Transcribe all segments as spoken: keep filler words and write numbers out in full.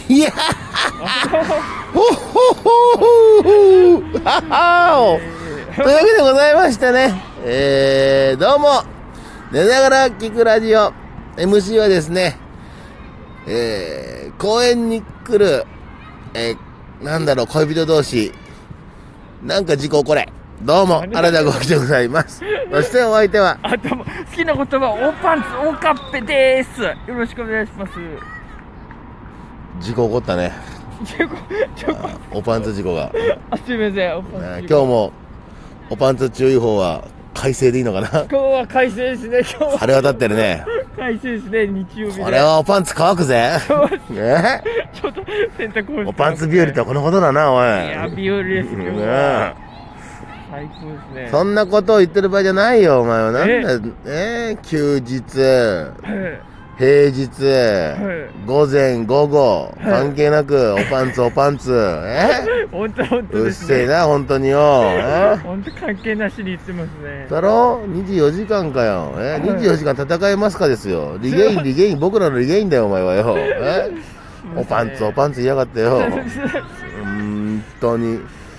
いやほっほっほーははーというわけでございましてね、えー、どうも寝ながら聞くラジオ エムシー はですね、えー、公園に来る、えー、なんだろう、恋人同士なんか事故起これ、どうも原田豪輝でございます。そしてお相手は、 あ、どうも好きな言葉オーパンツオーカッペです。よろしくお願いします。 事故起こったね。 事故事故おパンツ事故が。 あ、すみません。おパンツ今日もおパンツ注意報は快晴でいいのかな。 今日は快晴ですね。今日は晴れ渡ってるね。 快晴ですね。日曜日で。 これはおパンツ乾くぜ。 ね、ちょっと洗濯を、ね、 おパンツ日和ってこのことだな、おい。いや、日和ですよ。ね、最高ですね。 そんなことを言ってる場合じゃないよ、お前は。なんだよ、えー、休日、平日、はい、午前、午後、はい、関係なく、おパンツ、おパンツ、えほんと、ほんとうっせえな、ほんとによ。 ほんと関係なしに言ってますね。 だろ ?にじゅうよじかんかよ。え、はい、にじゅうよじかん戦えますかですよ。リゲイン、リゲイン、僕らのリゲインだよ、お前はよ。えおパンツ、おパンツ言いやがってよ。本当に。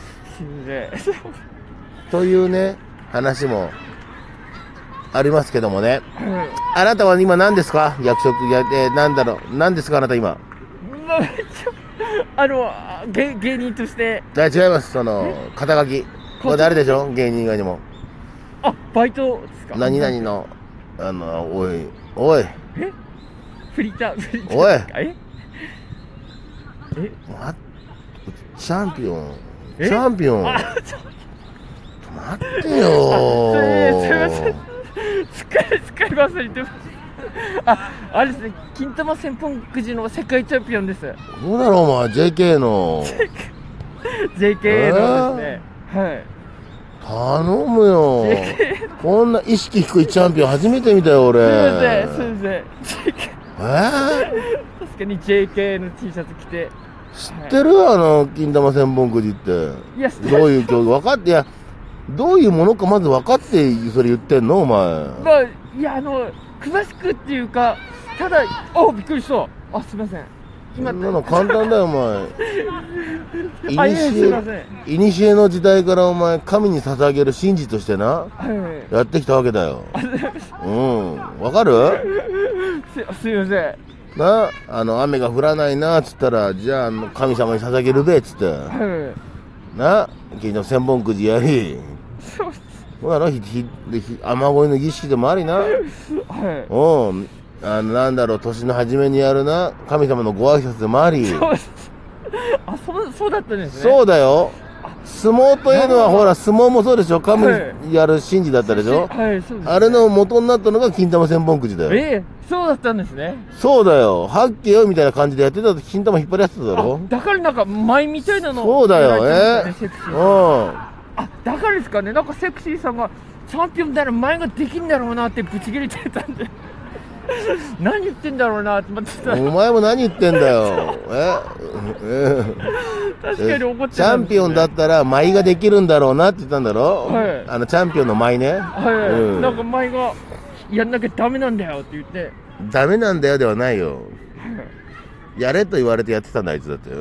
というね、話もありますけどもね。あなたは今何ですか？役職や、えー、なんだろう、何ですかあなた今。 あの、芸、芸人として。 あ、違います。その、肩書き。これ誰でしょ？芸人以外にも。 あ、バイトですか？ 何々の、あの、おい、おい。 えフリーター、フリーター。 おい。 ええま、チャンピオン。チャンピオン。待ってよー。 すいません。すっかりすっかり忘れてます。あ、あれですね、金玉千本くじの世界チャンピオンです。 どうだろう、お前、ジェーケー の。 ジェーケー のですね。はい。 頼むよ。こんな意識低いチャンピオン初めて見たよ、俺。 すいません、すいません。 えー、 確かに ジェーケー の T シャツ着て。 知ってる、はい、あの、金玉千本くじって。 いや、 どういう競技、分かって、いや、どういうものかまず分かってそれ言ってんのお前。 まあ、いや、あの詳しくっていうか、ただ、あ、びっくりした。あ、すみません。 今そんなの簡単だよお前。いにしえ、いにしえの時代からお前神に捧げる神事としてな、はい、やってきたわけだよ。うん、分かる？ す, すいません。 な、あの雨が降らないなっつったら、じゃあ、あの神様に捧げるべっつって、はい、な、金の千本くじやり。そうそうだろ、ひひひ雨乞いの儀式でもありな、はい、うん、あのなんだろう、年の初めにやるな神様のご挨拶でもあり。そうあ、そうそうだったんですね。 そうだよ。相撲というのはほら、相撲もそうでしょ、神にやる神事だったでしょ、はいはい、そうですね、あれの元になったのが金玉千本くじだよ。 ええー、そうだったんですね。 そうだよ、はっけよみたいな感じでやってたと、金玉引っ張り合ってただろ。 だからなんか舞みたいなの、 そうだよ、えー、うん、 あ、だからですかね、なんかセクシーさんがチャンピオンだら前ができんだろうなってブチ切れてたんで何言ってんだろうなって思ってた。 お前も何言ってんだよ。ええ確かに怒ってたんですね。 チャンピオンだったら舞ができるんだろうなって言ったんだろ、はい、あのチャンピオンの舞ね、 はい、うん、なんか舞がやんなきゃダメなんだよって言って。 ダメなんだよではないよ、はい、やれと言われてやってたんだあいつだって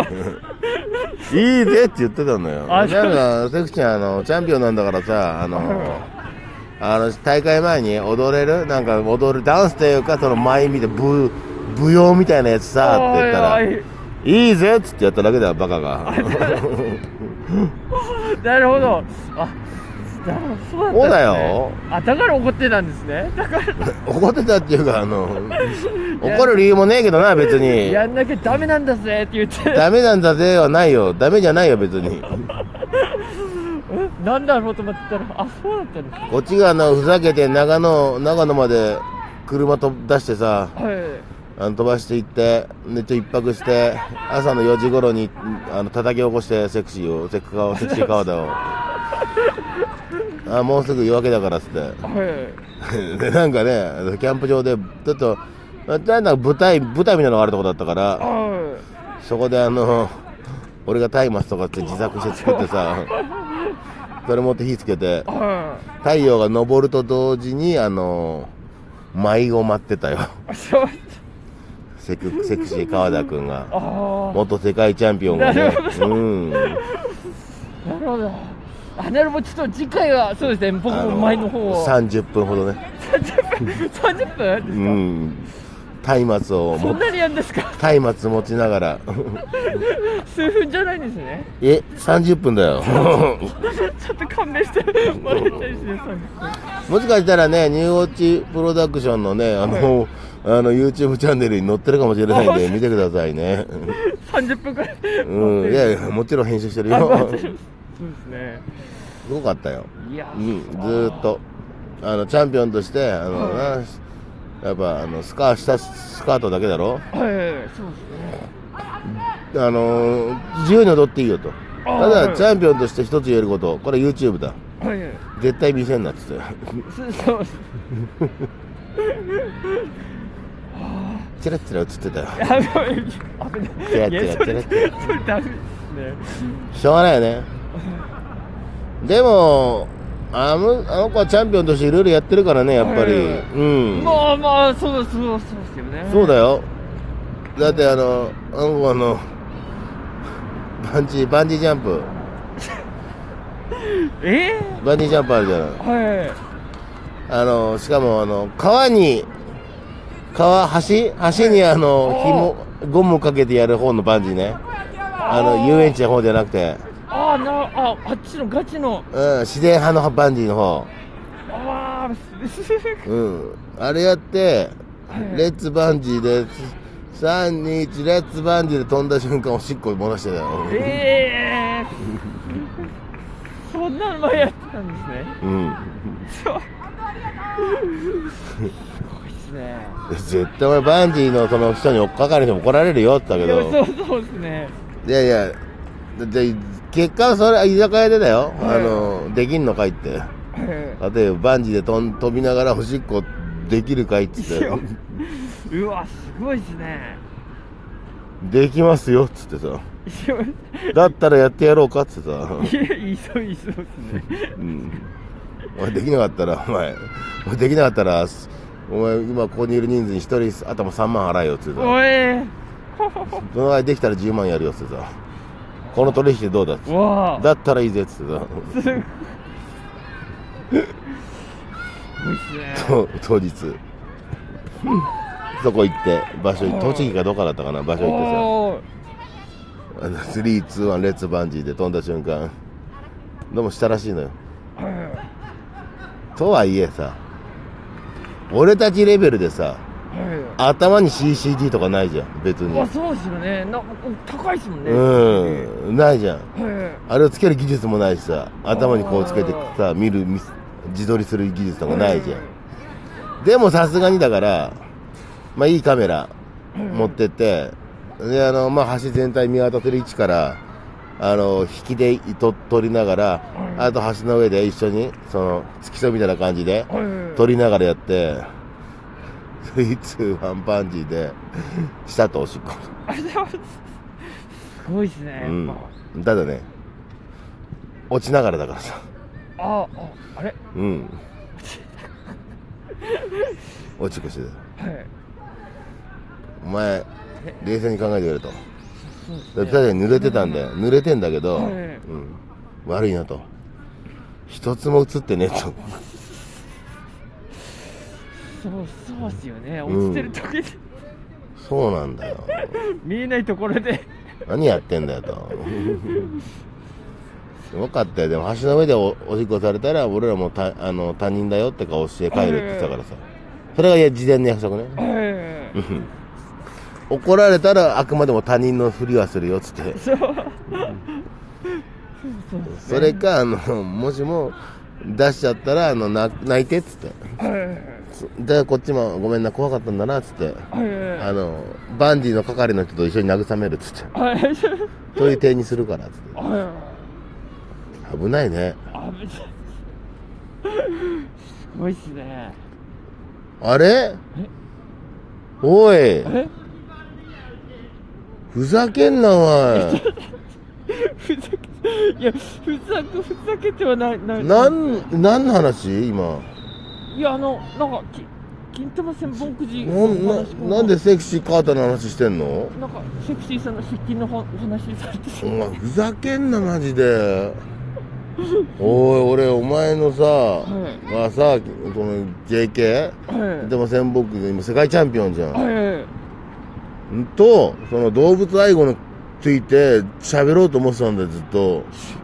いいぜって言ってたんだよ。なんかセクちゃん、あのチャンピオンなんだからさ、あの、あの大会前に踊れる、なんか踊るダンスというか、その舞見て舞舞踊みたいなやつさって言ったら、いいぜっつってやっただけだよバカが。 なるほど。あ、そうだったんですね。 そうだよ。 あ、だから怒ってたんですね。だから怒ってたっていうか、あの怒る理由もねえけどな、別に。 やんなきゃダメなんだぜって言って。 ダメなんだぜはないよ。ダメじゃないよ別に。 なんだろうと思ってたら、あ、そうだったんです。 こっちがあのふざけて長野長野まで車と出してさ、はい、あの飛ばしていってでちょ一泊して朝のよじ頃にあの叩き起こしてセクシーをセクカセクシー川田をあ、もうすぐ夜明けだからっつって、はい、でなんかねキャンプ場でちょっとなんだ舞台舞台みたいなのがあるとこだったから、はい、そこであの俺が松明とかって自作して作ってさそれ持って火つけて、太陽が昇ると同時にあの舞を待ってたよ。 セクセクシー川田君があ元世界チャンピオンがね。 なるほどうん。 あ、なるほど。あ、なるほど。ちょっと次回はそうですね、僕も前の方をさんじゅっぷんほどね。 さんじゅっぷんさんじゅっぷんですか、 うん。松明をもそんなにやるんですか。 松明持ちながら数分じゃないんですね。 えさんじゅっぷんだよちょっと勘弁してもらいたいですね。さんじゅっぷんもしかしたらね、ニューウォッチプロダクションのね、あの、あの YouTube チャンネルに載ってるかもしれないんで、見てくださいね。 さんじゅっぷんくらい。 うん、いやいや、もちろん編集してるよ。 そうですね。 すごかったよ。 いや、 うん、ずーっと、あの、チャンピオンとして、あの、なやっぱ、あの、スカー、下スカートだけだろ。 はい、そうですね。 あの、自由に踊っていいよと。 あただ、 はいチャンピオンとして一つ言えること、これ YouTube だ。 はい。 絶対見せんなっつって。 そうそうです。 チラッチラ映ってたよ。 やばい、危ない。 チラッチラいや、それ、 チラッチラそれダメですね。 しょうがないよね。でも、あの、あの子はチャンピオンとしていろいろやってるからね、やっぱり。 はいうん。 まあまあ、そうそうそうですよね。 そうだよ。だってあの、あの子あの、バンジー、バンジージャンプ。 えバンジージャンプあるじゃない。 ー、はい。 あの、しかもあの、川に、川、橋橋にあの、紐、ゴムかけてやる方のバンジーね。あの、遊園地の方じゃなくて、 ああ、な、あ、あっちのガチの。 うん、自然派のバンジーの方。 ああ、 うん。あれやって、レッツバンジーで、さん、に、いち、レッツバンジーで飛んだ瞬間、おしっこ漏らしてたよ。 ええー、そんなの前やってたんですね。 うん。 そう。すごいっすね。 絶対俺バンジーのその人に追っかかる人も怒られるよって言ったけいや、 ど。 そうそうですね。 いやいや、で結果それは居酒屋でだよ。 はいあの、できんのかいって。 はい例えばバンジーで飛ん飛びながらおしっこできるかいっつっていや。うわ、すごいっすね。 できますよっつってさ。 いや、 だったらやってやろうかっつってさ。 いや、いそういそうですね。 うん。お前できなかったら、お前、お前できなかったら、お前今ここにいる人数に一人頭さんまん払えよっつってさ。 おい。 その間できたらじゅうまんやるよっつってさ。この取引でどうだっつって。 わあ。 だったらいいぜっつってさ。 すごい。すごいっすね。 と当日。そこ行って場所に栃木かどっかだったかな場所行おーってさあのスリーツーワンレッツバンジーで飛んだ瞬間どうもしたらしいのよ。とはいえさ俺たちレベルでさは頭に シーシーディー とかないじゃん別い。 に。 あ、そうですよね。な、高いですもんね。 うんないじゃん。 はい。 あれをつける技術もないしさ頭にこうつけてさ見る見自撮りする技術とかないじゃん。でもさすがにだからまあいいカメラ持ってって、であのまあ橋全体見渡せる位置からあの引きで糸撮りながら、あと橋の上で一緒にその付き添いみたいな感じで撮りながらやって、スリーツーワンパンジーで下とおしっこ。 あれだ。すごいですね。 うんやっぱ。 ただね落ちながらだからさ。 あ、あ、あれ。 うん落ちこしてた。 はい。 お前冷静に考えてくれと。 そうですね確かに濡れてたんだよ。濡れてんだけど、 はいうん、悪いなと。一つも映ってねえと。 そう、そうですよね。落ちてる時に、 そうなんだよ。 見えないところで。 何やってんだよと。すごかったよ。でも橋の上で お, おしっこされたら俺らもたあの他人だよって顔して帰るって言ってたからさ。それがいや事前の約束ね。 はい。 怒られたらあくまでも他人のふりはするよっつって。 そう。そうですね。 それかあのもしも出しちゃったらあのな泣いてっつって。 はい。 でこっちもごめんな怖かったんだなっつって。 はい。 あのバンジーの係の人と一緒に慰めるっつってはい。 そういう体にするからっつっては危ないね。 い。危ない。すごいっすね。 あれおいえ？ ふざけんなおいふざけ、いや、ふざけ、ふざけてはない、ない。 なん何の話今。 いや、あの、なんか、き金玉千本くじなの話ななんでセクシーカーターの話してんの？ なんかセクシーさんの出勤のお話されてしお前ふざけんなマジで。おい俺お前のさ、はい、がさこの ジェーケー、はい、でも千本くじ今世界チャンピオンじゃん、はい、とその動物愛護について喋ろうと思ってたんだよずっと。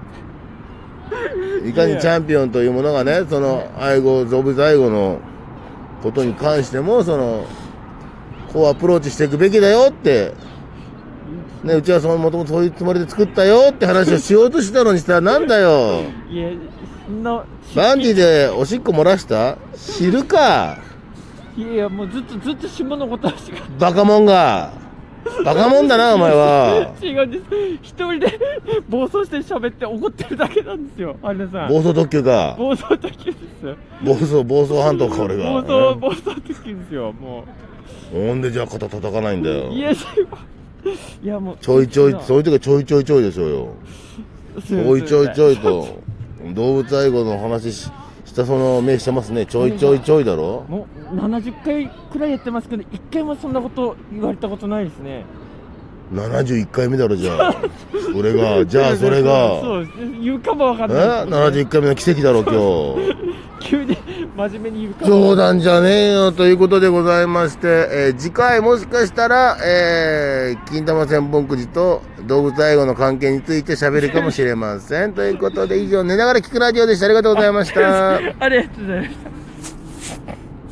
いかにチャンピオンというものがねその愛護動物愛護のことに関してもそのこうアプローチしていくべきだよって、ね、うちはそのもともとそういうつもりで作ったよって話をしようとしたのにさなんだよ。 いやそんなバンディでおしっこ漏らした知るか。 いやいやもうずっとずっと下のことはしかバカモンがバカモンだなお前は。 違うんです一人で暴走して喋って怒ってるだけなんですよ。あれさん暴走特急か。 暴走特急です。 暴走暴走半島か俺が暴走暴走特急ですよ。もうなんでじゃあ肩叩かないんだよ。 いや違ういやもうちょいちょいそういう時はちょいちょいちょいでしょうよ。ちょいちょいちょいと動物愛護の話ししたその目してますね。ちょいちょいちょいだろ。 もうななじゅっかいくらいやってますけどいっかいもそんなこと言われたことないですね。 ななじゅういっかいめだろじゃあ俺がじゃあそれがそう言うかもわかんない、ね、 えななじゅういっかいめの奇跡だろ今日急に真面目に言うかも。 冗談じゃねえよということでございまして、えー、次回もしかしたら、えー、金玉千本くじと動物愛護の関係について喋るかもしれませんということで以上寝ながら聞くラジオでした。ありがとうございました。 ありがとうございました。